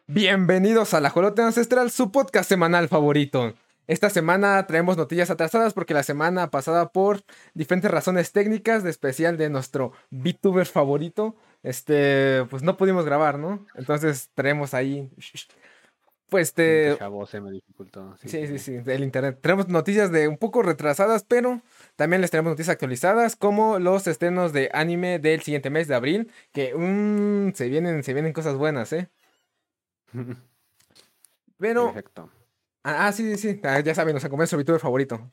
Bienvenidos a La Ajolote Ancestral, su podcast semanal favorito. Esta semana traemos noticias atrasadas porque la semana pasada, por diferentes razones técnicas, de especial de nuestro VTuber favorito, pues no pudimos grabar, ¿no? Entonces traemos ahí, pues Siento chavo, se me dificultó. sí, del internet. Tenemos noticias de un poco retrasadas, pero también les tenemos noticias actualizadas, como los estrenos de anime del siguiente mes de abril, que se vienen cosas buenas, ¿eh? En Pero efecto. sí. Ya saben, nos acompaña su VTuber favorito.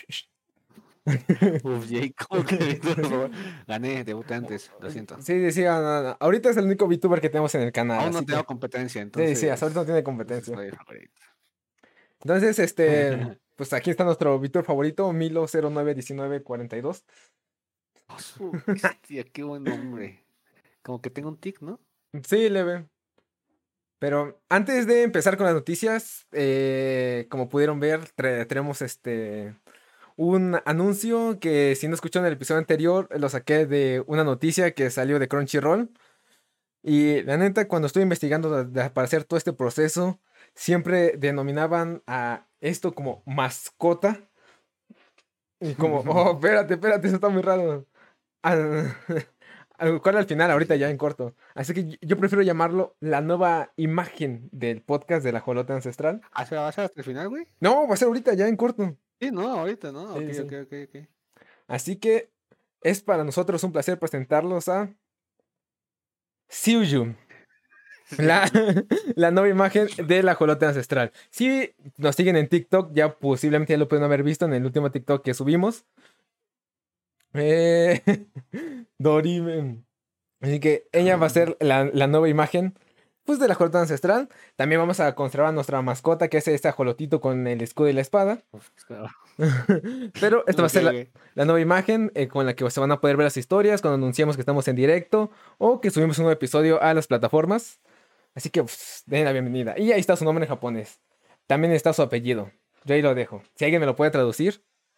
Uf, Jake, ¿cómo que por favor? Gané, debuté antes, lo siento. Sí, no. Ahorita es el único VTuber que tenemos en el canal, Aún no así tengo que. competencia, Sí, hasta ahorita no entonces. tiene Entonces competencia. soy el favorito. Entonces, pues aquí está nuestro VTuber favorito, Milo091942. Oh, su bestia, qué buen nombre. Como que tengo un tic, ¿no? Sí, leve. Pero antes de empezar con las noticias, como pudieron ver, tenemos un anuncio que, si no escucharon el episodio anterior, lo saqué de una noticia que salió de Crunchyroll. Y la neta, cuando estuve investigando para hacer todo este proceso, siempre denominaban a esto como mascota. Y como, oh, espérate, eso está muy raro. Al, al cual al final, ahorita ya en corto. Así que yo prefiero llamarlo la nueva imagen del podcast de la Ajolote Ancestral. ¿Ah, se va a hacer hasta el final, güey? No, va a ser ahorita ya en corto. Sí, no, ahorita, ¿no? Ok, Sí, ok, sí. ok, ok. Así que es para nosotros un placer presentarlos a Siuju. La, Sí. la nueva imagen del ajolote ancestral. Si nos siguen en TikTok, ya posiblemente ya lo pueden haber visto en el último TikTok que subimos. Eh, Dorime. Así que ella va a ser la nueva imagen, pues, del ajolote ancestral. También vamos a conservar nuestra mascota, que es este ajolotito con el escudo y la espada. Uf, claro. Pero esta va a Ok, ser la, ok. la nueva imagen, con la que se van a poder ver las historias cuando anunciamos que estamos en directo o que subimos un nuevo episodio a las plataformas. Así que pues, den la bienvenida. Y ahí está su nombre en japonés. También está su apellido. Yo ahí lo dejo. Si alguien me lo puede traducir.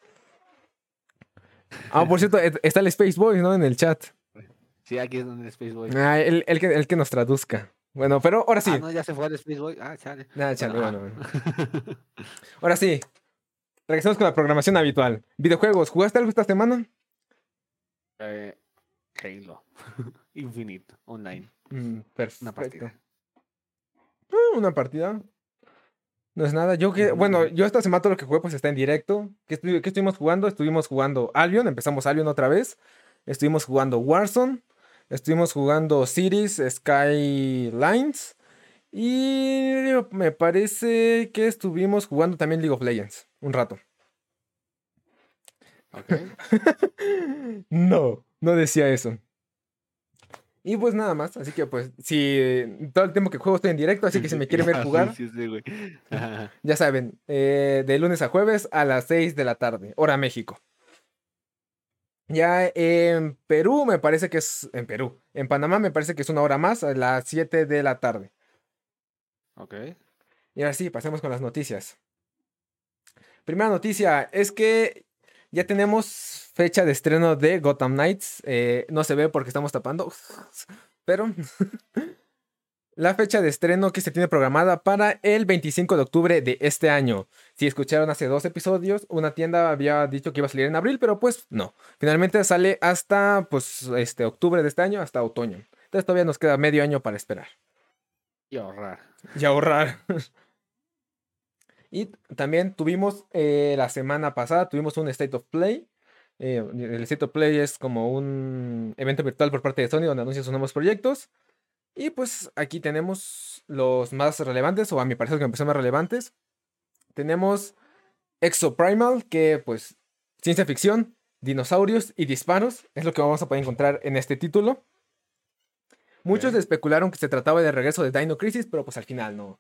Ah, por cierto, está el Space Boy, ¿no? En el chat. Sí, aquí es donde el Space Boy. Ah, el que nos traduzca. Bueno, pero ahora Ah, sí. no, ya se fue el Space Boy. Ah, chale. Nada, Bueno, chale, ajá. bueno. Ahora sí. Regresamos con la programación habitual. Videojuegos. ¿Jugaste algo esta semana? Eh, Halo. Infinite, online. Una Perfecto. partida. Una partida. No es nada. Ujú, Bueno, ujú. yo esta semana todo lo que jugué pues está en directo. ¿Qué estuvimos jugando? Estuvimos jugando Albion. Empezamos Albion otra vez. Estuvimos jugando Warzone. Estuvimos jugando Cities Skylines. Y me parece que estuvimos jugando también League of Legends. Un rato. Ok. No decía eso. Y pues nada más. Así que pues, si todo el tiempo que juego estoy en directo, así que si me quieren ver Ya, jugar, sí, sí, güey. Ajá. ya saben, de lunes a jueves a las 6 de la tarde, hora México. Ya en Perú me parece que es, en Perú, en Panamá me parece que es una hora más, a las 7 de la tarde. Ok. Y ahora sí, pasemos con las noticias. Primera noticia es que ya tenemos fecha de estreno de Gotham Knights. No se ve porque estamos tapando, pero la fecha de estreno que se tiene programada para el 25 de octubre de este año. Si escucharon hace 2 episodios, una tienda había dicho que iba a salir en abril, pero pues no. Finalmente sale hasta pues octubre de este año, hasta otoño. Entonces todavía nos queda medio año para esperar. Y ahorrar. Y ahorrar. Y también tuvimos la semana pasada, tuvimos un State of Play. El State of Play es como un evento virtual por parte de Sony donde anuncia sus nuevos proyectos. Y pues aquí tenemos los más relevantes, o a mi parecer que me parecen más relevantes. Tenemos Exoprimal, que pues ciencia ficción, dinosaurios y disparos es lo que vamos a poder encontrar en este título. Muchos Ok. especularon que se trataba de regreso de Dino Crisis, pero pues al final no.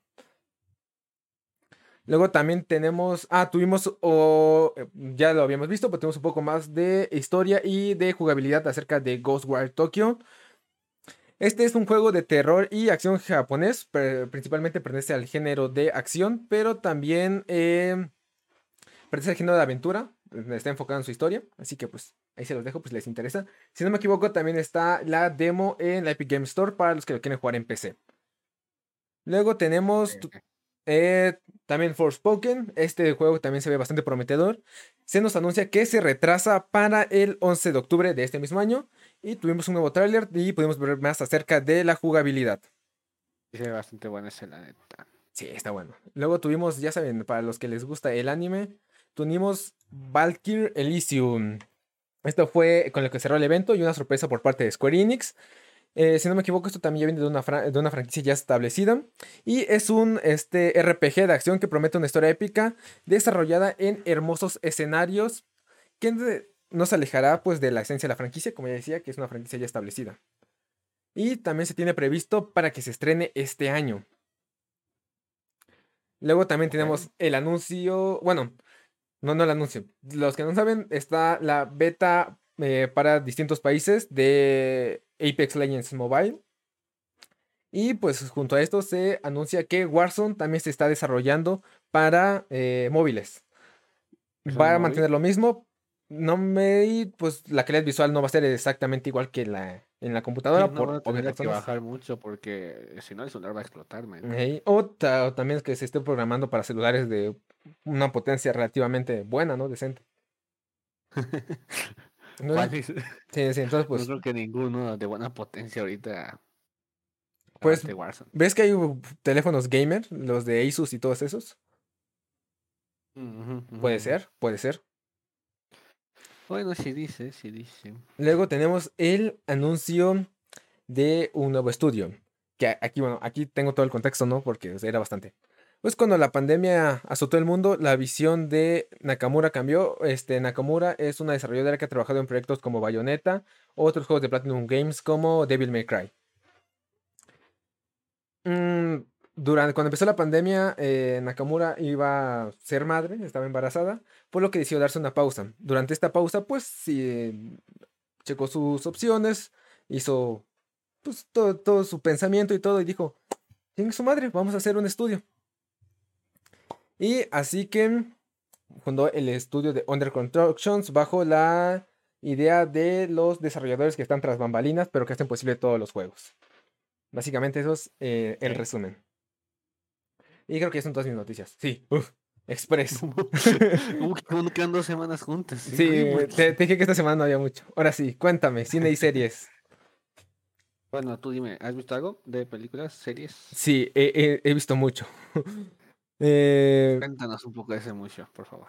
Luego también tenemos, tuvimos, ya lo habíamos visto, pero tenemos un poco más de historia y de jugabilidad acerca de Ghostwire Tokyo. Este es un juego de terror y acción japonés, principalmente pertenece al género de acción, pero también pertenece al género de aventura, está enfocado en su historia, así que pues ahí se los dejo, pues les interesa. Si no me equivoco, también está la demo en la Epic Game Store para los que lo quieren jugar en PC. Luego tenemos Ok. también Forspoken. Este juego también se ve bastante prometedor. Se nos anuncia que se retrasa para el 11 de octubre de este mismo año. Y tuvimos un nuevo tráiler y pudimos ver más acerca de la jugabilidad. Sí, se ve bastante buena esa, la neta. Sí, está bueno. Luego tuvimos, ya saben, para los que les gusta el anime, tuvimos Valkyrie Elysium. Esto fue con lo que cerró el evento y una sorpresa por parte de Square Enix. Si no me equivoco, esto también ya viene de de una franquicia ya establecida. Y es un RPG de acción que promete una historia épica desarrollada en hermosos escenarios que no se alejará pues de la esencia de la franquicia, como ya decía, que es una franquicia ya establecida. Y también se tiene previsto para que se estrene este año. Luego también Ok. tenemos el anuncio, bueno, no el anuncio. Los que no saben, está la beta para distintos países de Apex Legends Mobile. Y pues junto a esto se anuncia que Warzone también se está desarrollando para móviles. ¿Solo Va a móvil? mantener lo mismo. Pues la calidad visual no va a ser exactamente igual que en la Sí, computadora no por van a obvias tener que razones. bajar mucho porque si no el celular va a explotar, man. O también que se esté programando para celulares de una potencia relativamente buena, ¿no? Decente. Entonces, ¿Cuál es? sí, entonces No pues, creo que ninguno de buena potencia ahorita pues, aguante Warzone. ¿ves que hay teléfonos gamer, los de Asus y todos esos? Ujú, ujú, Puede ujú. ser, puede ser. Bueno, sí dice, sí dice. Luego tenemos el anuncio de un nuevo estudio. Que aquí, bueno, aquí tengo todo el contexto, ¿no? Porque o sea, era bastante. Pues cuando la pandemia azotó el mundo, la visión de Nakamura cambió. Nakamura es una desarrolladora que ha trabajado en proyectos como Bayonetta, o otros juegos de Platinum Games como Devil May Cry. Mm, cuando empezó la pandemia, Nakamura iba a ser madre, estaba embarazada, por lo que decidió darse una pausa. Durante esta pausa, pues sí, checó sus opciones, hizo pues todo su pensamiento y todo, y dijo, tiene su madre, vamos a hacer un estudio. Y así que fundó el estudio de Under Constructions bajo la idea de los desarrolladores que están tras bambalinas, pero que hacen posible todos los juegos. Básicamente eso es el Ok. resumen. Y creo que ya son todas mis noticias. Sí, uf, Express. Qué bueno que quedan 2 semanas juntas, sí, Sí, güey, porque... te dije que esta semana no había mucho. Ahora sí, cuéntame, cine y series. Bueno, tú dime, ¿has visto algo de películas, series? Sí, he visto mucho. Eh, Cuéntanos un poco de ese mucho, por favor.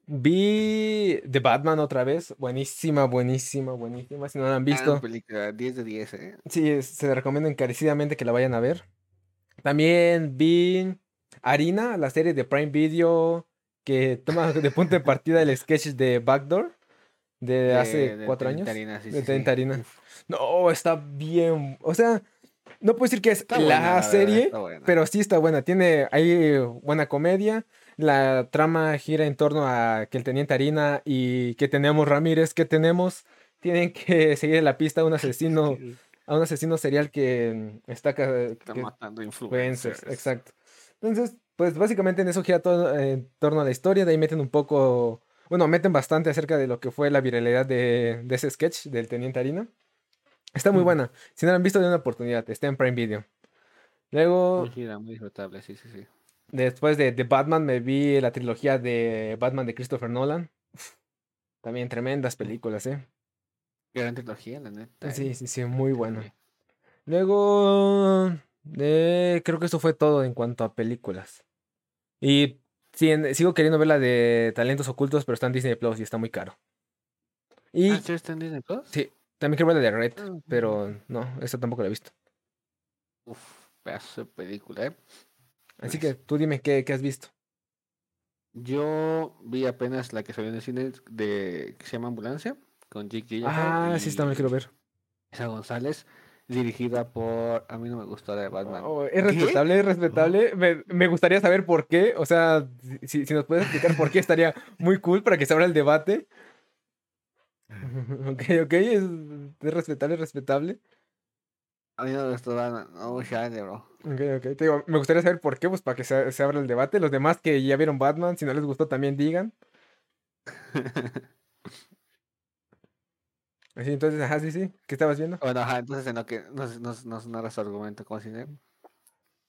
Vi The Batman otra vez. Buenísima, buenísima, buenísima. Si no la han Gran visto, película, 10 de 10, ¿eh? sí, se les recomiendo encarecidamente que la vayan a ver. También vi Harina, la serie de Prime Video que toma de punto de partida el sketch de Backdoor de hace De 4 años. Tarina, sí, De sí, sí. Teniente Harina. Uf. No, está bien. O sea, no puedo decir que es Está buena, la la verdad, está serie, buena. pero sí está buena. Tiene ahí buena comedia. La trama gira en torno a que el Teniente Harina y que tenemos Ramírez, que tenemos, tienen que seguir en la pista Es que a un asesino serial que está está que matando influencers, influencers. exacto. Entonces, pues básicamente en eso gira todo en torno a la historia. De ahí meten un poco, bueno, meten bastante acerca de lo que fue la viralidad de ese sketch del Teniente Harina. Está muy buena. Si no la han visto, den una oportunidad. Está en Prime Video. Muy Luego, gira, muy disfrutable, sí, sí, sí. después de Batman, me vi la trilogía de Batman de Christopher Nolan. También tremendas películas, ¿eh? Gran trilogía, la neta, ¿eh? Sí, sí, sí, muy Sí, buena. sí. Luego, creo que eso fue todo en cuanto a películas. Y sí, sigo queriendo ver la de Talentos Ocultos, pero está en Disney Plus y está muy caro. Ah, Y ¿sí está en Disney Plus? sí, también quiero ver la de Red, Ah, pero no, esa tampoco la he visto. uf, pedazo de película, ¿eh? Así que Nice. tú dime qué has visto. Yo vi apenas la que salió en el cine que se llama Ambulancia, con Jake Gyllenhaal Ah, sí, también quiero y ver. Isa González, dirigida por... A mí no me gustó la de Batman. Oh, es ¿Qué? respetable, es Oh. respetable. Me gustaría saber por qué. O sea, si nos puedes explicar por qué estaría muy cool para que se abra el debate. Ok, ok, es respetable, es respetable. A mí no me gustó Batman. No, chale, bro. Ok, ok. Te digo, me gustaría saber por qué, pues para que se abra el debate. Los demás que ya vieron Batman, si no les gustó, también digan. Así, entonces, ajá, sí, sí. ¿Qué estabas viendo? Bueno, ajá, entonces en lo que nos narra su argumento como cine.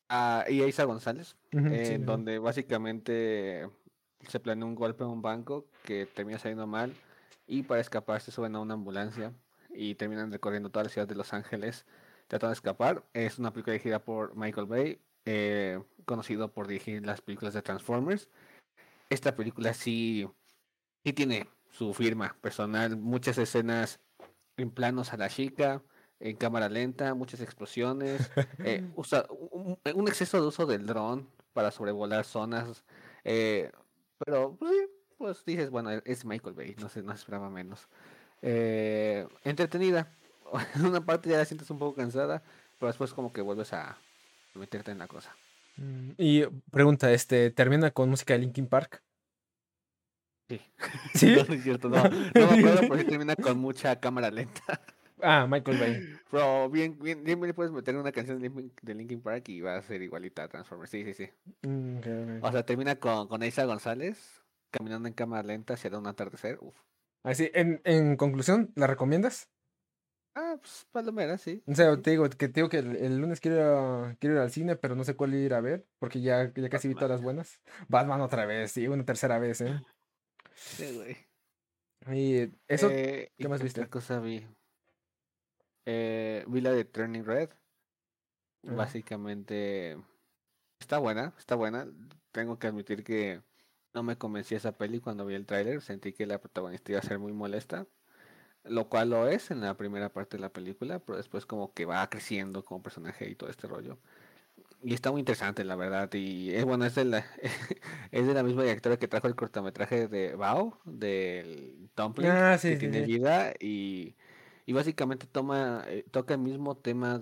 a Isa González, Ujú, sí, sí, sí. donde básicamente se planea un golpe a un banco que termina saliendo mal y para escapar se suben a una ambulancia y terminan recorriendo toda la ciudad de Los Ángeles tratando de escapar. Es una película dirigida por Michael Bay, conocido por dirigir las películas de Transformers. Esta película sí tiene su firma personal, muchas escenas en planos a la chica, en cámara lenta, muchas explosiones, usa un exceso de uso del dron para sobrevolar zonas, eh, pero pues, sí, pues dices, bueno, es Michael Bay, no sé, no esperaba menos. Entretenida, en una parte ya la sientes un poco cansada, pero después como que vuelves a meterte en la cosa. Y pregunta, ¿termina con música de Linkin Park? Sí, no, ¿Sí? no es cierto, no me acuerdo, pero sí termina con mucha cámara lenta. Ah, Michael Bay. Pero bien le puedes meter una canción de Linkin Park y va a ser igualita a Transformers. Sí, sí, sí. Ok, ok. O sea, termina con Isa González caminando en cámara lenta hacia un atardecer. Uf. Así, en conclusión, ¿la recomiendas? Ah, pues Palomera, sí, O sí, sea, sí. te digo que el lunes quiero ir al cine, pero no sé cuál ir a ver, porque ya casi vi todas Batman. las buenas. Batman otra vez, sí, una tercera vez, ¿eh? Sí, güey. Y eso, ¿qué ¿Y más qué otra viste? cosa vi? Vi la de Turning Red. Ah, Básicamente, está buena, está buena. Tengo que admitir que no me convencí esa peli cuando vi el tráiler. Sentí que la protagonista iba a ser muy molesta. Lo cual lo es en la primera parte de la película, pero después como que va creciendo como personaje y todo este rollo. Y está muy interesante, la verdad. Y es bueno, es de la misma directora que trajo el cortometraje de Bao, del Dumpling, que sí, sí, tiene sí. vida y básicamente toca el mismo tema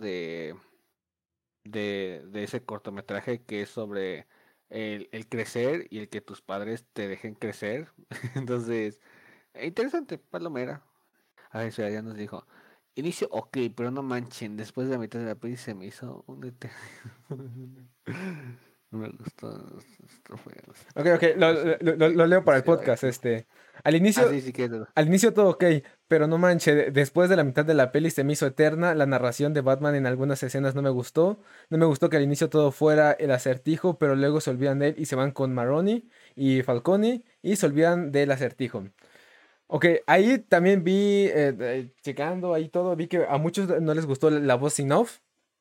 de ese cortometraje que es sobre el crecer y el que tus padres te dejen crecer. Entonces, interesante, palomera. A ver, espera, ya nos dijo. Inicio, ok, pero no manchen. Después de la mitad de la peli se me hizo un No me gustó. Esto fue. Ok, ok, lo leo para el podcast, Al Ah, inicio, sí, sí, que al inicio todo ok, pero no manche, después de la mitad de la peli se me hizo eterna, la narración de Batman en algunas escenas no me gustó que al inicio todo fuera el acertijo, pero luego se olvidan de él y se van con Maroni y Falcone y se olvidan del acertijo. Ok, ahí también vi, checando ahí todo, vi que a muchos no les gustó la voz in off.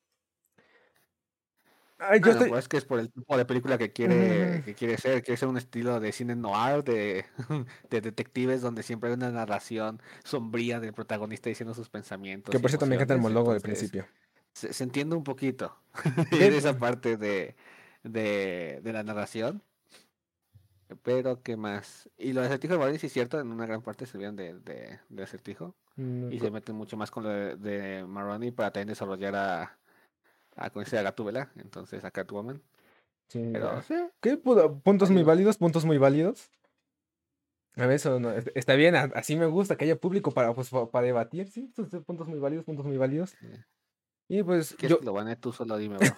Ay, yo Bueno, estoy... pues es que es por el tipo de película Ujú. quiere ser un estilo de cine noir, de detectives, donde siempre hay una narración sombría del protagonista diciendo sus Que pensamientos y por cierto me encanta el emociones. monólogo del Entonces, principio. se entiende un poquito De- de esa parte de la narración. Pero, ¿qué más? Y lo de Acertijo de Barney, sí es cierto, en una gran parte se olvidan de Acertijo. Mm, Y se meten mucho más con lo de Maroni para también desarrollar a conocer a Gatúbela, entonces a Catwoman. sí, Pero ya. sí, ¿Qué? Puntos muy válido. válidos, puntos muy válidos. A ver, eso no, está bien, así me gusta que haya público para, pues, para debatir, sí, estos son puntos muy válidos, puntos muy válidos. Sí. Y pues Si quieres yo, que lo gane, tú solo dime, bro.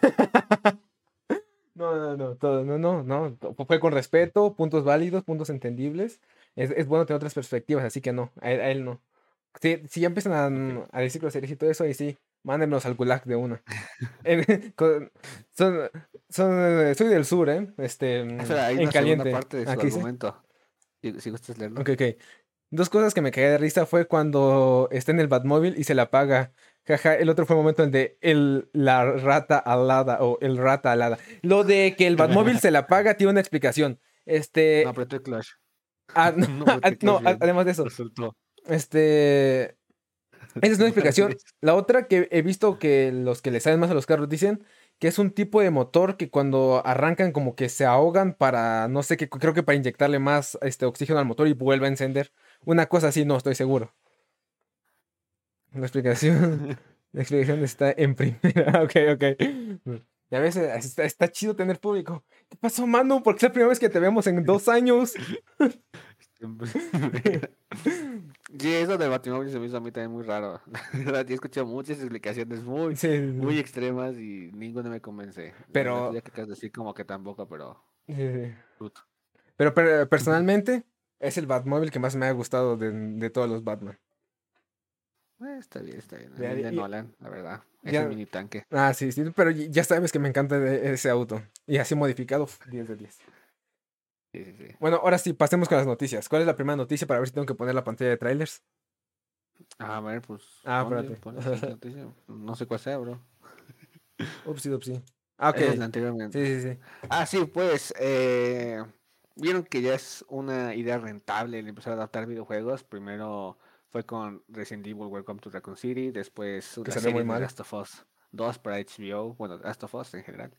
no, todo, no, fue con respeto, puntos válidos, puntos entendibles. Es bueno tener otras perspectivas, así que no, a él no. Si ya empiezan a, Ok. a decir groserías y todo eso, ahí sí, mándenlos al gulag de una. Con- son, soy del sur, ¿eh? Espera, hay En una segunda caliente. parte de ¿Ah, su qué dice? argumento. Si gustas leerlo. Ok, ok. Dos cosas que me cagué de risa fue cuando está en el Batmóvil y se la apaga. Jaja, el otro fue el momento en de la rata alada o el rata alada. Lo de que el Batmóvil se la apaga tiene una explicación. No Este, apreté Clash. no, No apreté Clash no, bien. además de eso, Resultó. este, esa es una explicación. Vales. La otra que he visto que los que le saben más a los carros dicen que es un tipo de motor que cuando arrancan como que se ahogan para, no sé qué, creo que para inyectarle más oxígeno al motor y vuelve a encender. Una cosa así, no estoy seguro. La explicación, la explicación está en primera. Ok, ok. Y a veces está chido tener público. ¿Qué pasó, Manu? Porque es la primera vez que te vemos en 2 años. Sí, eso del Batimóvil se me hizo a mí también muy raro. La verdad, yo he escuchado muchas explicaciones Sí, sí, muy sí. extremas y ninguna me convence. La Pero, tuya que acabas de decir como que tampoco, pero... sí, sí. Bruto. Personalmente es el Batmóvil que más me ha gustado de todos los Batman. Está bien, está bien. A Ya, mí el de Nolan, la verdad. Es el ya- mini tanque. sí, sí, pero ya sabes que me encanta ese auto. Y así modificado, 10 de 10. Sí, sí, sí. Bueno, ahora sí, pasemos con las noticias. ¿Cuál es la primera noticia para ver si tengo que poner la pantalla de trailers? A ver, pues Ah, ponle, espérate. ponle la siguiente noticia. No sé cuál sea, bro. Upsi, upsi. Ah, ok. Esa es la Sí, anteriormente. sí, sí. Ah, sí, pues vieron que ya es una idea rentable el empezar a adaptar videojuegos. Primero fue con Resident Evil Welcome to Raccoon City, después Que la salió muy serie de mal. Last of Us 2 para HBO, bueno, Last of Us en general.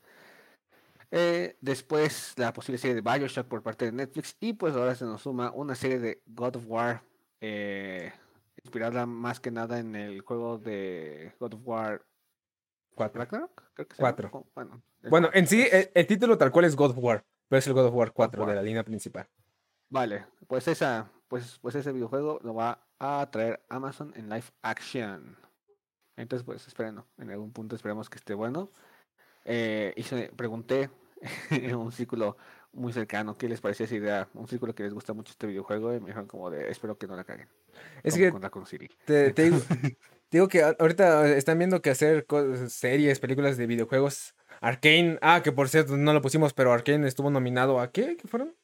Después la posible serie de BioShock por parte de Netflix y pues ahora se nos suma una serie de God of War, eh, inspirada más que nada en el juego de God of War Cuatro. Ragnarok, creo que se llama. Cuatro. Bueno, el Bueno, en 4 sí, pues el título tal cual es God of War, pero es el God of War God of 4 de War. la línea principal. Vale, pues ese videojuego lo va a traer Amazon en live action. Entonces, pues espérenlo. En algún punto esperemos que esté bueno. Pregunté en un círculo muy cercano qué les parecía esa idea. Un círculo que les gusta mucho este videojuego y me dijeron como de espero que no la caguen. Es Como que con Raccoon City. te digo que ahorita están viendo que hacer series, películas de videojuegos. Arcane, que por cierto no lo pusimos, pero Arcane estuvo nominado a ¿qué? ¿Qué fueron?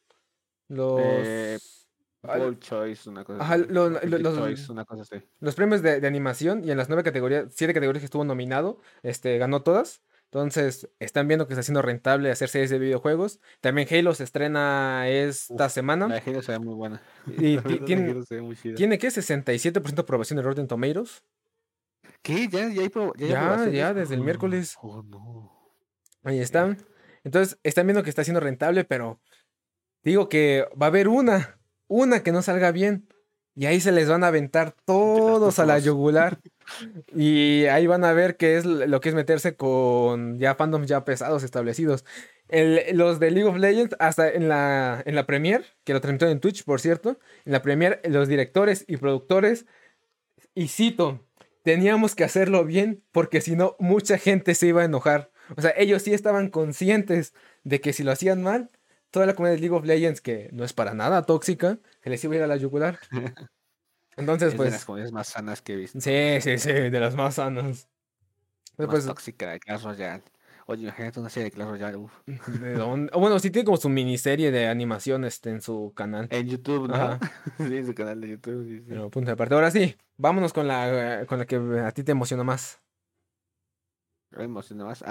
eh, Los... Ball Choice, una cosa Ajá, así. O Critic Choice, una cosa así. los premios de animación y en las 9 categorías, 7 categorías que estuvo nominado, ganó todas. Entonces, están viendo que está siendo rentable hacer series de videojuegos. También Halo se estrena esta Uf, semana. la de Halo se ve muy buena. Y La verdad, la de Halo se ve muy chida. tiene que 67% de aprobación de Rotten Tomatoes. ¿Qué? ¿Ya hay Ya, aprobaciones? desde el miércoles. Oh, no. Ahí Eh, están. Entonces, están viendo que está siendo rentable, pero digo que va a haber una que no salga bien. Y ahí se les van a aventar The Last todos of a la Us. yugular. Y ahí van a ver qué es lo que es meterse con ya fandoms ya pesados establecidos. Los de League of Legends, hasta en la Premiere, que lo transmitieron en Twitch, por cierto, en la Premiere, los directores y productores, y cito, teníamos que hacerlo bien porque si no, mucha gente se iba a enojar. O sea, ellos sí estaban conscientes de que si lo hacían mal, toda la comunidad de League of Legends, que no es para nada tóxica, se les iba a ir a la yugular. Entonces, Es de las pues, comunidades más sanas que he visto. O sí, sea, sí, sí, de las más sanas. más Pues, tóxica de Clash Royale. Oye, imagínate una serie de Clash Royale, uf. ¿de dónde? Bueno, sí tiene como su miniserie de animación en su canal. En YouTube, ¿no? Ajá. Sí, en su canal de YouTube, sí, sí. Pero punto de aparte. Ahora sí, vámonos con la que a ti te emocionó más. Me emociona más.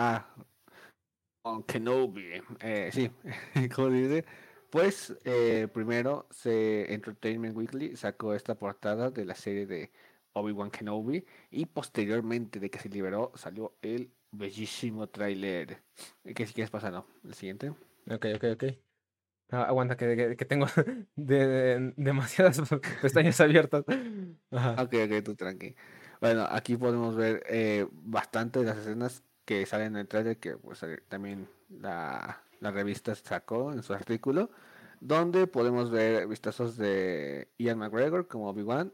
Con Kenobi. Sí, como dice. Pues primero Entertainment Weekly sacó esta portada de la serie de Obi-Wan Kenobi y posteriormente de que se liberó salió el bellísimo tráiler. Que si quieres pasarlo, el siguiente. Ok, ok, ok. Aguanta, que tengo demasiadas pestañas abiertas. Ajá. Ok, ok, tú tranqui. Bueno, aquí podemos ver bastante de las escenas que salen en el trailer que pues, también la revista sacó en su artículo, donde podemos ver vistazos de Ian McGregor como Obi-Wan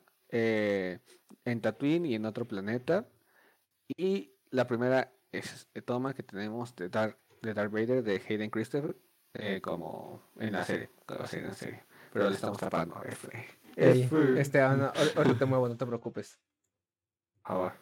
en Tatooine y en otro planeta. Y la primera toma que tenemos de Darth Vader de Hayden Christopher como en la serie, como va a ser en la serie. Pero le estamos tapando. F. Ey, F. ahorita te muevo, no te preocupes. Ahora.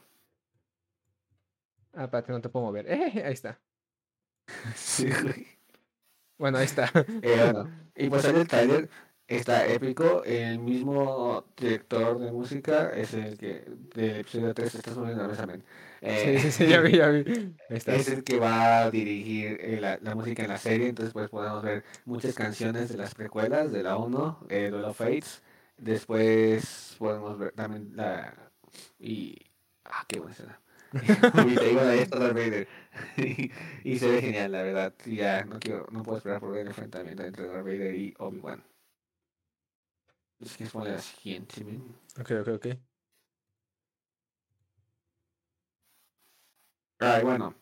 Espérate, no te puedo mover. Ahí está. Sí, güey. Bueno, ahí está. Bueno, y pues sale el trailer, está épico, el mismo director de música es el que, del episodio 3 está subiendo la mesa, men. Sí, sí, sí, ya vi, ya vi. Ahí está. Es el que va a dirigir la música en la serie, entonces pues podemos ver muchas canciones de las precuelas, de la uno Duel of Fates, después podemos ver también y... qué buena escena. Y te digo, ahí está Darth Vader. Y se ve genial, la verdad. Y ya, no puedo esperar por ver el enfrentamiento entre Darth Vader y Obi-Wan. Es que es la siguiente, men. Ok, ok, ok. Y bueno,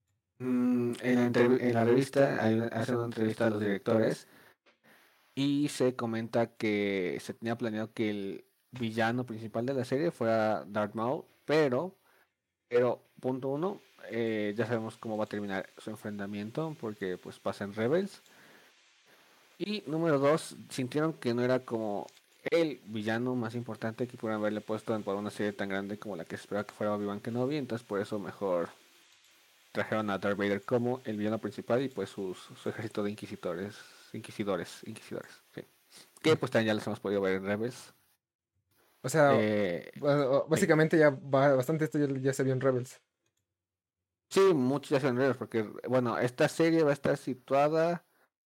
en la revista hacen una entrevista a los directores y se comenta que se tenía planeado que el villano principal de la serie fuera Darth Maul, pero punto uno, ya sabemos cómo va a terminar su enfrentamiento porque pues pasa en Rebels. Y número dos, sintieron que no era como el villano más importante que pudieran haberle puesto por una serie tan grande como la que se esperaba que fuera Obi-Wan Kenobi. Entonces por eso mejor trajeron a Darth Vader como el villano principal y pues su ejército de inquisidores, sí. Que pues también ya los hemos podido ver en Rebels. O sea, Eh, sí, básicamente ya bastante esto ya se vio en Rebels. sí, muchos ya son Rebels porque, bueno, esta serie va a estar situada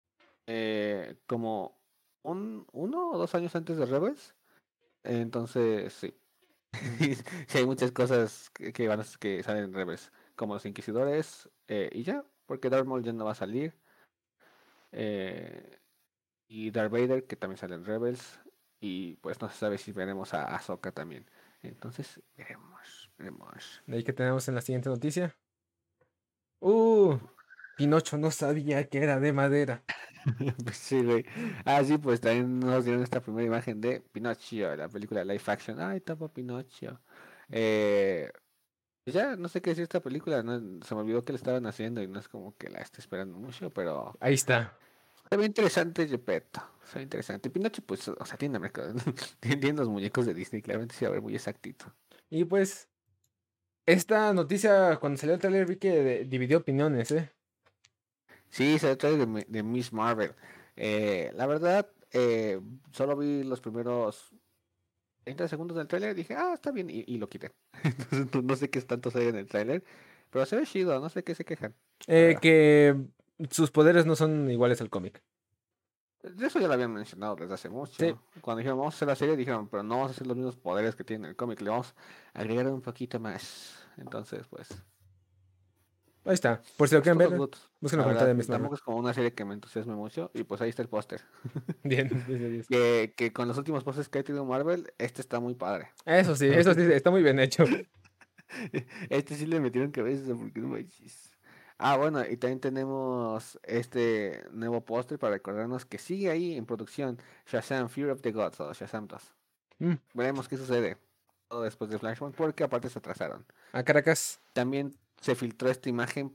como 1 o 2 años antes de Rebels. Entonces, sí. Mm. Sí, hay muchas cosas que salen en Rebels, como los Inquisidores, y ya, porque Darth Maul ya no va a salir. eh, y Darth Vader, que también sale en Rebels, y pues no se sabe si veremos a Ahsoka también. Entonces, veremos. De ahí que tenemos en la siguiente noticia. Uh, Pinocho no sabía que era de madera. Pues sí, güey. Ah, sí, pues también nos dieron esta primera imagen de Pinocchio, la película live action. Ay, tapa Pinocchio. Eh, pues ya, no sé qué decir esta película, se me olvidó que la estaban haciendo y no es como que la esté esperando mucho, pero Ahí está. se ve interesante, Gepetto. Se ve interesante. Pinocho, pues, o sea, tiene mercado. Tiene los muñecos de Disney, claramente se va a ver muy exactito. Y pues, esta noticia, cuando salió el trailer, vi que dividió opiniones, ¿eh? Sí, se trata de Miss Marvel. La verdad, solo vi los primeros 30 segundos del tráiler y dije, ah, está bien, y lo quité. Entonces no sé qué es tanto se ve en el tráiler, pero se ve chido, no sé qué se quejan, la verdad. Que sus poderes no son iguales al cómic. De eso ya lo habían mencionado desde hace Sí, mucho. Cuando dijeron, vamos a hacer la serie, dijeron, pero no vamos a hacer los mismos poderes que tiene el cómic, le vamos a agregar un poquito más. Entonces, ahí está. Por si lo quieren todo ver, good. busquen la La comentario verdad, de Miss Marvel. tampoco es como una serie que me entusiasme mucho, y pues ahí está el póster. Bien, 10 de 10. Que con los últimos pósters que ha tenido Marvel, este está muy padre. Eso sí, está muy bien hecho. Este sí le metieron cabeza porque no manches. Ah, bueno, y también tenemos este nuevo póster para recordarnos que sigue ahí en producción Shazam Fear of the Gods o Shazam 2. Mm, Veremos qué sucede todo después de Flashpoint porque aparte se atrasaron. a Caracas. También se filtró esta imagen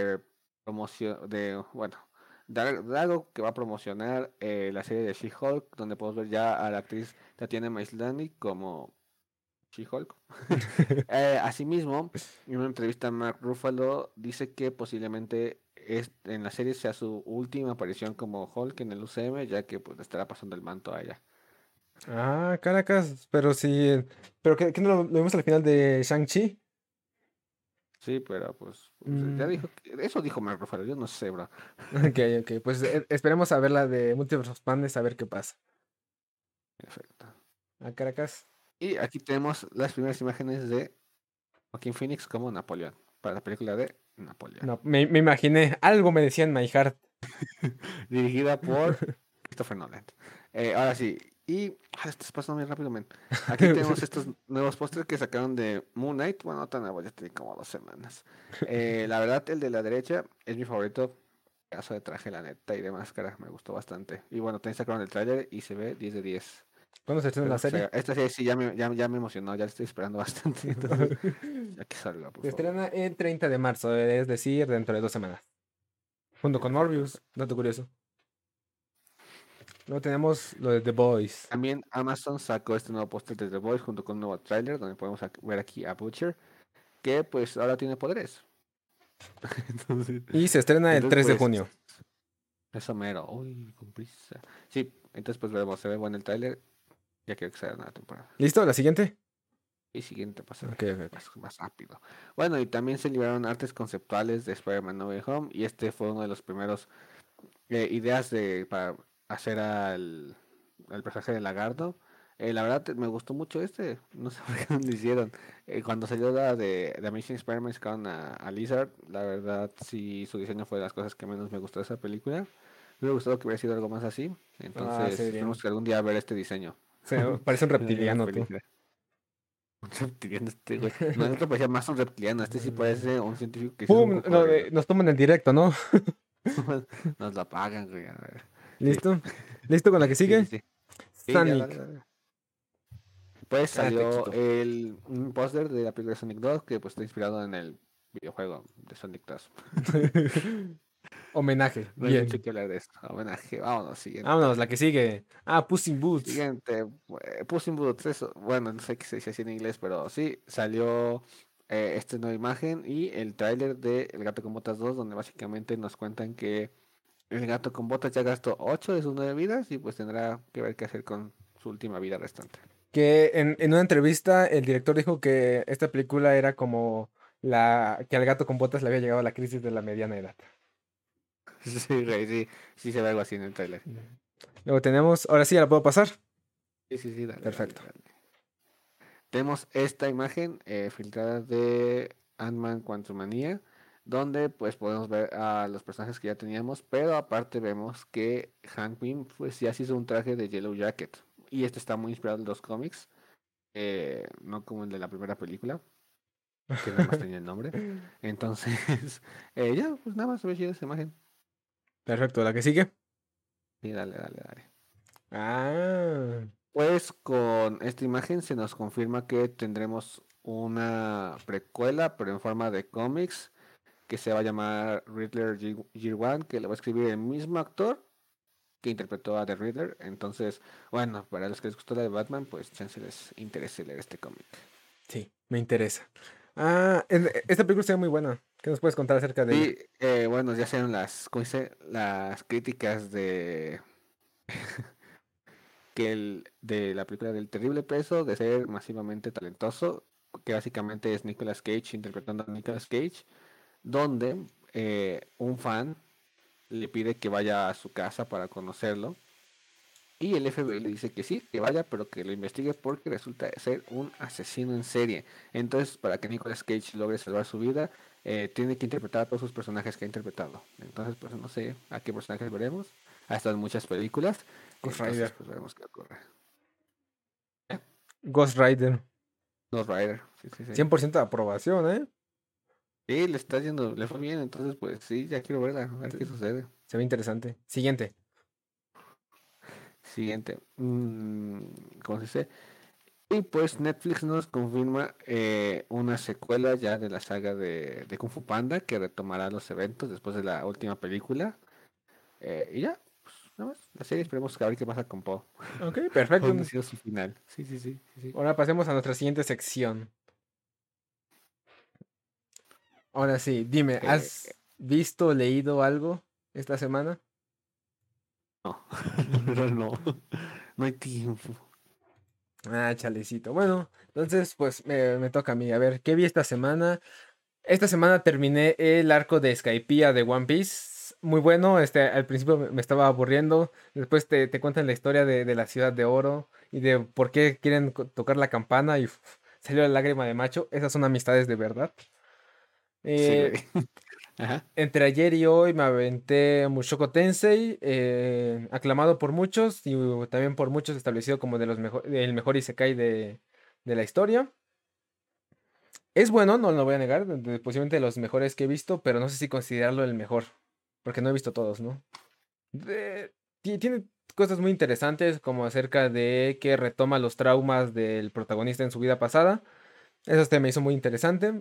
bueno, de algo que va a promocionar la serie de She-Hulk, donde podemos ver ya a la actriz Tatiana Maslany como She-Hulk. Asimismo, en una entrevista Mark Ruffalo dice que posiblemente en la serie sea su última aparición como Hulk en el UCM, ya que pues le estará pasando el manto a ella. Ah, Caracas. Pero sí. Pero ¿qué no lo vimos al final de Shang-Chi? Sí, pero pues, ya Mm, dijo, eso dijo Mark Ruffalo, yo no sé, bro. ok, ok. Pues esperemos a ver la de Multiverse of Madness a ver qué pasa. Perfecto. A Caracas. Y aquí tenemos las primeras imágenes de Joaquín Phoenix como Napoleón, para la película de Napoleón. No, me imaginé. Algo me decía en My Heart. Dirigida por Christopher Nolan. Ahora sí, y esto se pasó muy rápido, men. Aquí tenemos estos nuevos pósters que sacaron de Moon Knight. Bueno, no tan nuevo, ya tiene como 2 semanas. La verdad, el de la derecha es mi favorito. Caso de traje, la neta, y de máscara, me gustó bastante. Y bueno, también sacaron el tráiler y se ve 10 de 10. ¿Cuándo se estrena la Esperemos que serie? salga. Esta serie sí ya me emocionó, ya la estoy esperando bastante. Entonces, ya que salga, por Se favor. estrena el 30 de marzo, es decir, dentro de 2 semanas. Junto con Perfecto. Morbius, dato curioso. Luego tenemos lo de The Boys. También Amazon sacó este nuevo póster de The Voice junto con un nuevo tráiler donde podemos ver aquí a Butcher, que pues ahora tiene poderes. Entonces, Y se estrena el entonces 3 de pues, junio. eso mero. Uy, con prisa. Sí, entonces pues veremos, se ve bueno el tráiler. Ya quiero que sea una temporada. ¿Listo? ¿La siguiente? Y siguiente pasa Ok, ok, ok. más rápido. Bueno, y también se liberaron artes conceptuales de Spider-Man No Way Home. Y este fue uno de los primeros ideas para hacer al personaje de Lagarto. La verdad me gustó mucho este, no sé por qué no lo hicieron. Cuando salió la de Amazing Spider-Man sacaron a Lizard, la verdad sí su diseño fue de las cosas que menos me gustó de esa película. Me hubiera gustado que hubiera sido algo más así, Ah, entonces sí, esperemos bien. que algún día ver este diseño Parece un en la reptiliano tú. película. Un reptiliano este güey. No, el otro parecía más un reptiliano, este sí parece un científico que sí es un ¡Pum! cocodrilo. Nos toman el directo, ¿no? Nos la pagan, güey. A ver. Sí, ¿Listo? ¿Listo con la que sí, sí, sigue? sí. Sí, ya, Sonic. dale. Pues Cállate, salió Quito. un póster de la película de Sonic 2 que pues está inspirado en el videojuego de Sonic 2. Homenaje. No hay mucho Bien. que hablar de esto. Homenaje, vámonos, Vámonos, siguiente. la que sigue. Ah, Puss in Boots. Siguiente, Puss in Boots, bueno, no sé qué se dice así en inglés, pero sí, salió esta nueva imagen y el tráiler de El Gato con Botas 2, donde básicamente nos cuentan que el gato con botas ya gastó 8 de sus 9 vidas y pues tendrá que ver qué hacer con su última vida restante. Que en una entrevista el director dijo que esta película era como que al gato con botas le había llegado la crisis de la mediana edad. Sí, güey, sí, sí se ve algo así en el tráiler. Mm. Luego tenemos, ahora sí, ya la puedo pasar. Sí, sí, sí, dale, dale, Perfecto. dale. Tenemos esta imagen filtrada de Ant-Man Quantumania, donde pues podemos ver a los personajes que ya teníamos, pero aparte vemos que Hank Pym pues ya se hizo un traje de Yellow Jacket. Y este está muy inspirado en los cómics, no como el de la primera película, que nada más tenía el nombre. Entonces, ya, pues nada más se ve chida esa imagen. Perfecto, la que sigue. Sí, dale, dale, dale. Ah, Pues con esta imagen se nos confirma que tendremos una precuela, pero en forma de cómics, que se va a llamar Riddler Year One, que lo va a escribir el mismo actor que interpretó a The Riddler. Entonces, bueno, para los que les gustó la de Batman, pues chance les interese leer este cómic. sí, me interesa. Ah, esta película está muy buena. ¿Qué nos puedes contar acerca de ella? Sí, bueno, ya sean las, ¿cómo dice? Las críticas de la película del terrible peso de ser masivamente talentoso, que básicamente es Nicolas Cage interpretando a Nicolas Cage, donde un fan le pide que vaya a su casa para conocerlo y el FBI le dice que sí, que vaya, pero que lo investigue porque resulta ser un asesino en serie. Entonces, para que Nicolas Cage logre salvar su vida, tiene que interpretar a todos sus personajes que ha interpretado. Entonces, pues no sé a qué personajes veremos. Ha estado en muchas películas, Ghost entonces Rider. pues veremos qué ocurre. Ghost Rider. Ghost Rider, sí, sí, sí. 100% de aprobación, ¿eh? Sí, le está yendo, le fue bien, entonces pues sí, ya quiero verla, a ver Se, qué sucede. se ve interesante. Siguiente. Siguiente. ¿Cómo se dice? Y pues Netflix nos confirma una secuela ya de la saga de Kung Fu Panda que retomará los eventos después de la última película. Y ya, pues nada más. La serie esperemos que a ver qué pasa con Poe. Ok, perfecto. ¿Dónde ha sido su final? Sí, sí, sí, sí, sí. Ahora pasemos a nuestra siguiente sección. Ahora sí, dime, Eh, ¿has visto o leído algo esta semana? no, pero no, no hay tiempo. Ah, chalecito. Bueno, entonces pues me toca a mí. A ver, ¿qué vi esta semana? Esta semana terminé el arco de Skypiea de One Piece. Muy bueno, al principio me estaba aburriendo. Después te cuentan la historia de la ciudad de oro y de por qué quieren tocar la campana y salió la lágrima de macho. Esas son amistades de verdad. Sí, Eh, güey. Ajá. Entre ayer y hoy me aventé Mushoku Tensei, aclamado por muchos y también por muchos establecido como el mejor isekai de la historia. Es bueno, no lo voy a negar, posiblemente de los mejores que he visto, pero no sé si considerarlo el mejor, porque no he visto todos, ¿no? Tiene cosas muy interesantes, como acerca de que retoma los traumas del protagonista en su vida pasada. Eso me hizo muy interesante.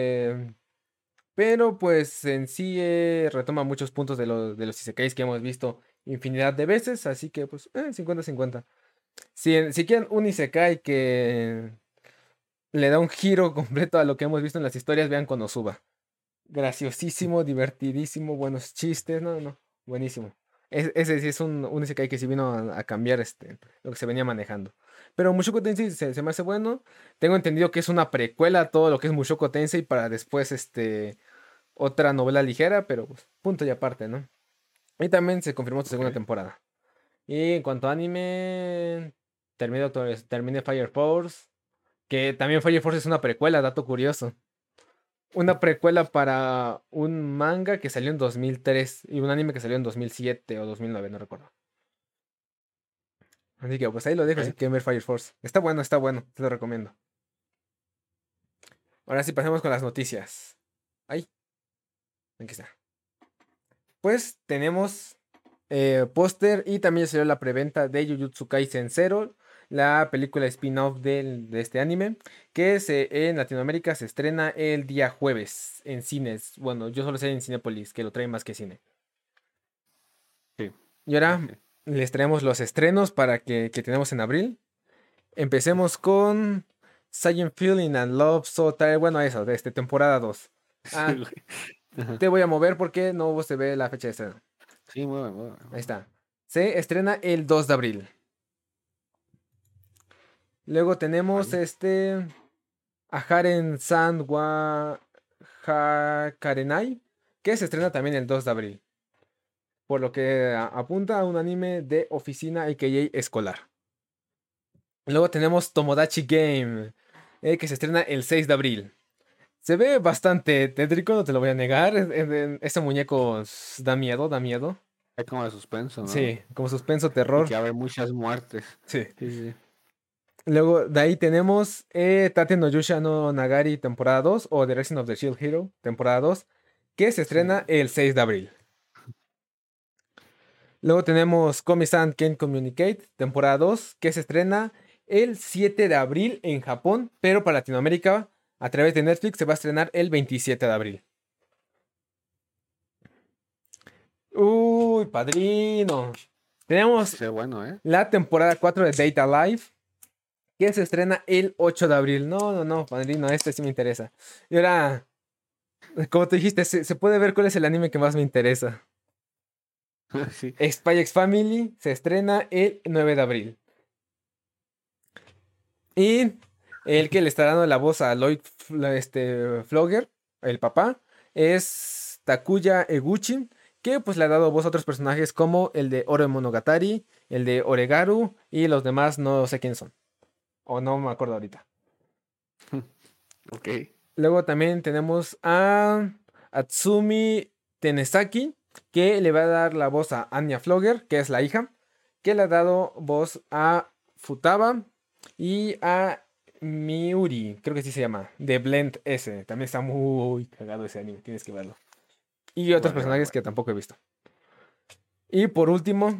Pero pues en sí retoma muchos puntos de los isekais que hemos visto infinidad de veces, así que pues 50-50. Si quieren un isekai que le da un giro completo a lo que hemos visto en las historias, vean Konosuba. Graciosísimo, divertidísimo, buenos chistes, no, no, buenísimo. Ese sí es un isekai que sí vino a cambiar lo que se venía manejando. Pero Mushoku Tensei se me hace bueno. Tengo entendido que es una precuela a todo lo que es Mushoku Tensei para después otra novela ligera, pero pues, punto y aparte, ¿no? Y también se confirmó su segunda Ok. temporada. Y en cuanto a anime, terminé Fire Force, que también Fire Force es una precuela, dato curioso. Una precuela para un manga que salió en 2003 y un anime que salió en 2007 o 2009, no recuerdo. Así que pues ahí lo dejo si Ok. quieren ver Fire Force. Está bueno, te lo recomiendo. Ahora sí, pasemos con las noticias. Ahí, aquí está. Pues tenemos póster y también salió la preventa de Jujutsu Kaisen Zero, la película spin-off de este anime, que en Latinoamérica se estrena el día jueves en cines. Bueno, yo solo sé en Cinépolis, que lo trae más que cine. Y ahora Ok. les traemos los estrenos que tenemos en abril. Empecemos con Science Feeling and Love So Tired. Bueno, eso, de temporada 2. Sí, Ah, güey. Ajá. te voy a mover porque no se ve la fecha de estreno. Sí, mueve, mueve, Ahí mueve. está. Se estrena el 2 de abril. Luego tenemos Vale. Aharen San wa Karenai, que se estrena también el 2 de abril. Por lo que apunta a un anime de oficina a.k.a. escolar. Luego tenemos Tomodachi Game, que se estrena el 6 de abril. Se ve bastante tétrico, no te lo voy a negar. Ese muñeco da miedo, da miedo. Hay como de suspenso, ¿no? Sí, como suspenso, Y terror. que va a haber muchas muertes. Sí. Sí, sí. Luego de ahí tenemos Tate no Yusha no Nagari temporada 2 o The Rising of the Shield Hero temporada 2 que se Sí. estrena el 6 de abril. Luego tenemos Komi-san Can Communicate temporada 2 que se estrena el 7 de abril en Japón, pero para Latinoamérica a través de Netflix se va a estrenar el 27 de abril. Uy, padrino. Sí, Tenemos se ve bueno, ¿eh? la temporada 4 de Data Live que se estrena el 8 de abril. No, no, no, padrino, este sí me interesa. Y ahora, como te dijiste, se puede ver cuál es el anime que más me interesa. Sí. Spy X Family se estrena el 9 de abril. Y el que le está dando la voz a Lloyd Flogger, el papá, es Takuya Eguchi, que pues le ha dado voz a otros personajes como el de Oro Monogatari, el de Oregaru y los demás no sé quién son. O no me acuerdo ahorita. Ok. Luego también tenemos a Atsumi Tenesaki, que le va a dar la voz a Anya Flogger, que es la hija, que le ha dado voz a Futaba y a Miuri, creo que sí se llama, de Blend S. También está muy cagado ese anime, tienes que verlo. Y otros Vale, vale, personajes vale. que tampoco he visto. Y por último,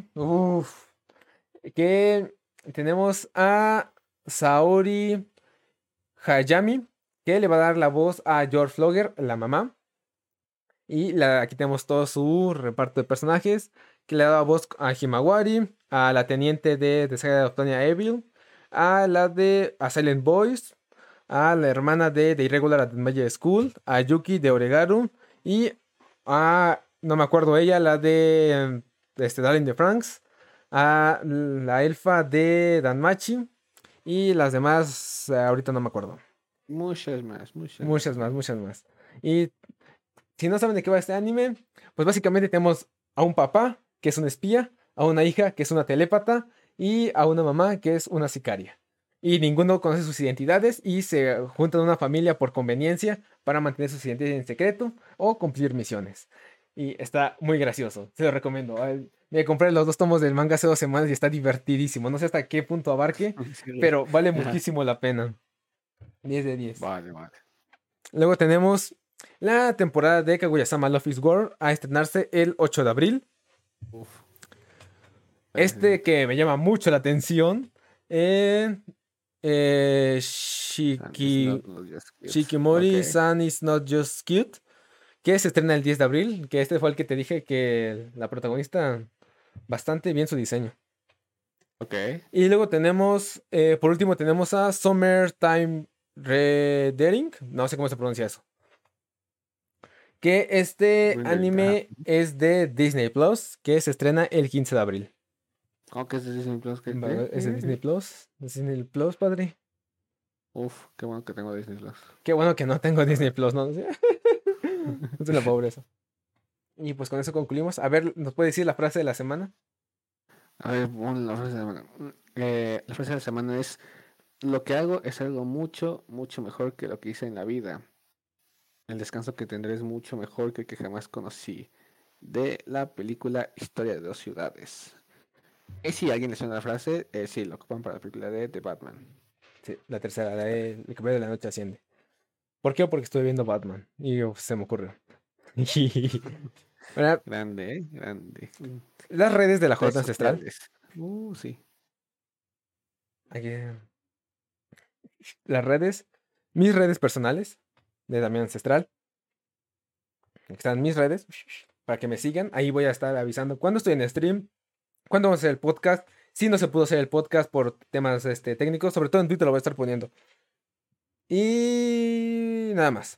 que tenemos a Saori Hayami, que le va a dar la voz a George Flogger, la mamá. Y aquí tenemos todo su reparto de personajes, que le ha dado voz a Himawari, a la teniente de Saga of Tonya Evil, a la de a Silent Boys, a la hermana de The Irregular at Magic School, a Yuki de Oregaru y a, no me acuerdo ella, la de Darling de Franks, a la elfa de Danmachi y las demás, ahorita no me acuerdo. Muchas más, muchas Muchas más, más, ¿no? muchas más. Y si no saben de qué va este anime, pues básicamente tenemos a un papá que es un espía, a una hija que es una telépata y a una mamá que es una sicaria. Y ninguno conoce sus identidades y se juntan en una familia por conveniencia para mantener sus identidades en secreto o cumplir misiones. Y está muy gracioso, se lo recomiendo. Me compré los 2 tomos del manga hace 2 semanas y está divertidísimo. No sé hasta qué punto abarque, Sí, güey. pero vale Ajá. muchísimo la pena. 10 de 10. Vale, vale. Luego tenemos la temporada de Kaguya-sama Love is War a estrenarse el 8 de abril. Uf. Este Interesante. que me llama mucho la atención. eh, And it's not just kids. Ok. Shikimori-san is not just cute. Que se estrena el 10 de abril. Que este fue el que te dije que la protagonista, bastante bien su diseño. Ok. Y luego tenemos, por último, tenemos a Summertime Rendering. No sé cómo se pronuncia eso. Que este Rendering. Ajá. anime es de Disney Plus, que se estrena el 15 de abril. ¿Cómo que es de Disney Plus? ¿Qué, qué? ¿Es de Disney Plus? ¿Es Disney Plus, padre? Uf, qué bueno que tengo Disney Plus. Qué bueno que no tengo A Disney ver. Plus, ¿no? Es una pobreza. Y pues con eso concluimos. A ver, ¿nos puede decir la frase de la semana? A ver, pon la frase de la semana. La frase de la semana es: lo que hago es algo mucho, mucho mejor que lo que hice en la vida. El descanso que tendré es mucho mejor que el que jamás conocí. De la película Historia de dos ciudades. Y si alguien le suena la frase, sí, lo ocupan para la película de The Batman. Sí, la tercera, la de El Caballero de la Noche Asciende. ¿Por qué? Porque estoy viendo Batman. Y se me ocurrió. Ahora, Grande, ¿eh? Grande. las redes de la Redes Jota Ancestral. sociales. Sí. Aquí, las redes. Mis redes personales. De Damián Ancestral. Aquí están mis redes. Para que me sigan. Ahí voy a estar avisando cuando estoy en stream. ¿Cuándo vamos a hacer el podcast? Sí, no se pudo hacer el podcast por temas técnicos, sobre todo en Twitter lo voy a estar poniendo. Y nada más.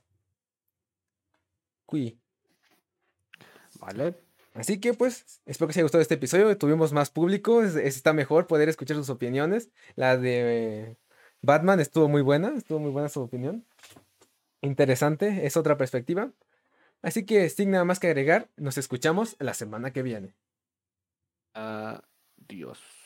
Cui. Vale. Así que pues, espero que os haya gustado este episodio. Tuvimos más público, está mejor poder escuchar sus opiniones. La de Batman estuvo muy buena su opinión. Interesante, es otra perspectiva. Así que sin nada más que agregar, nos escuchamos la semana que viene. Adiós.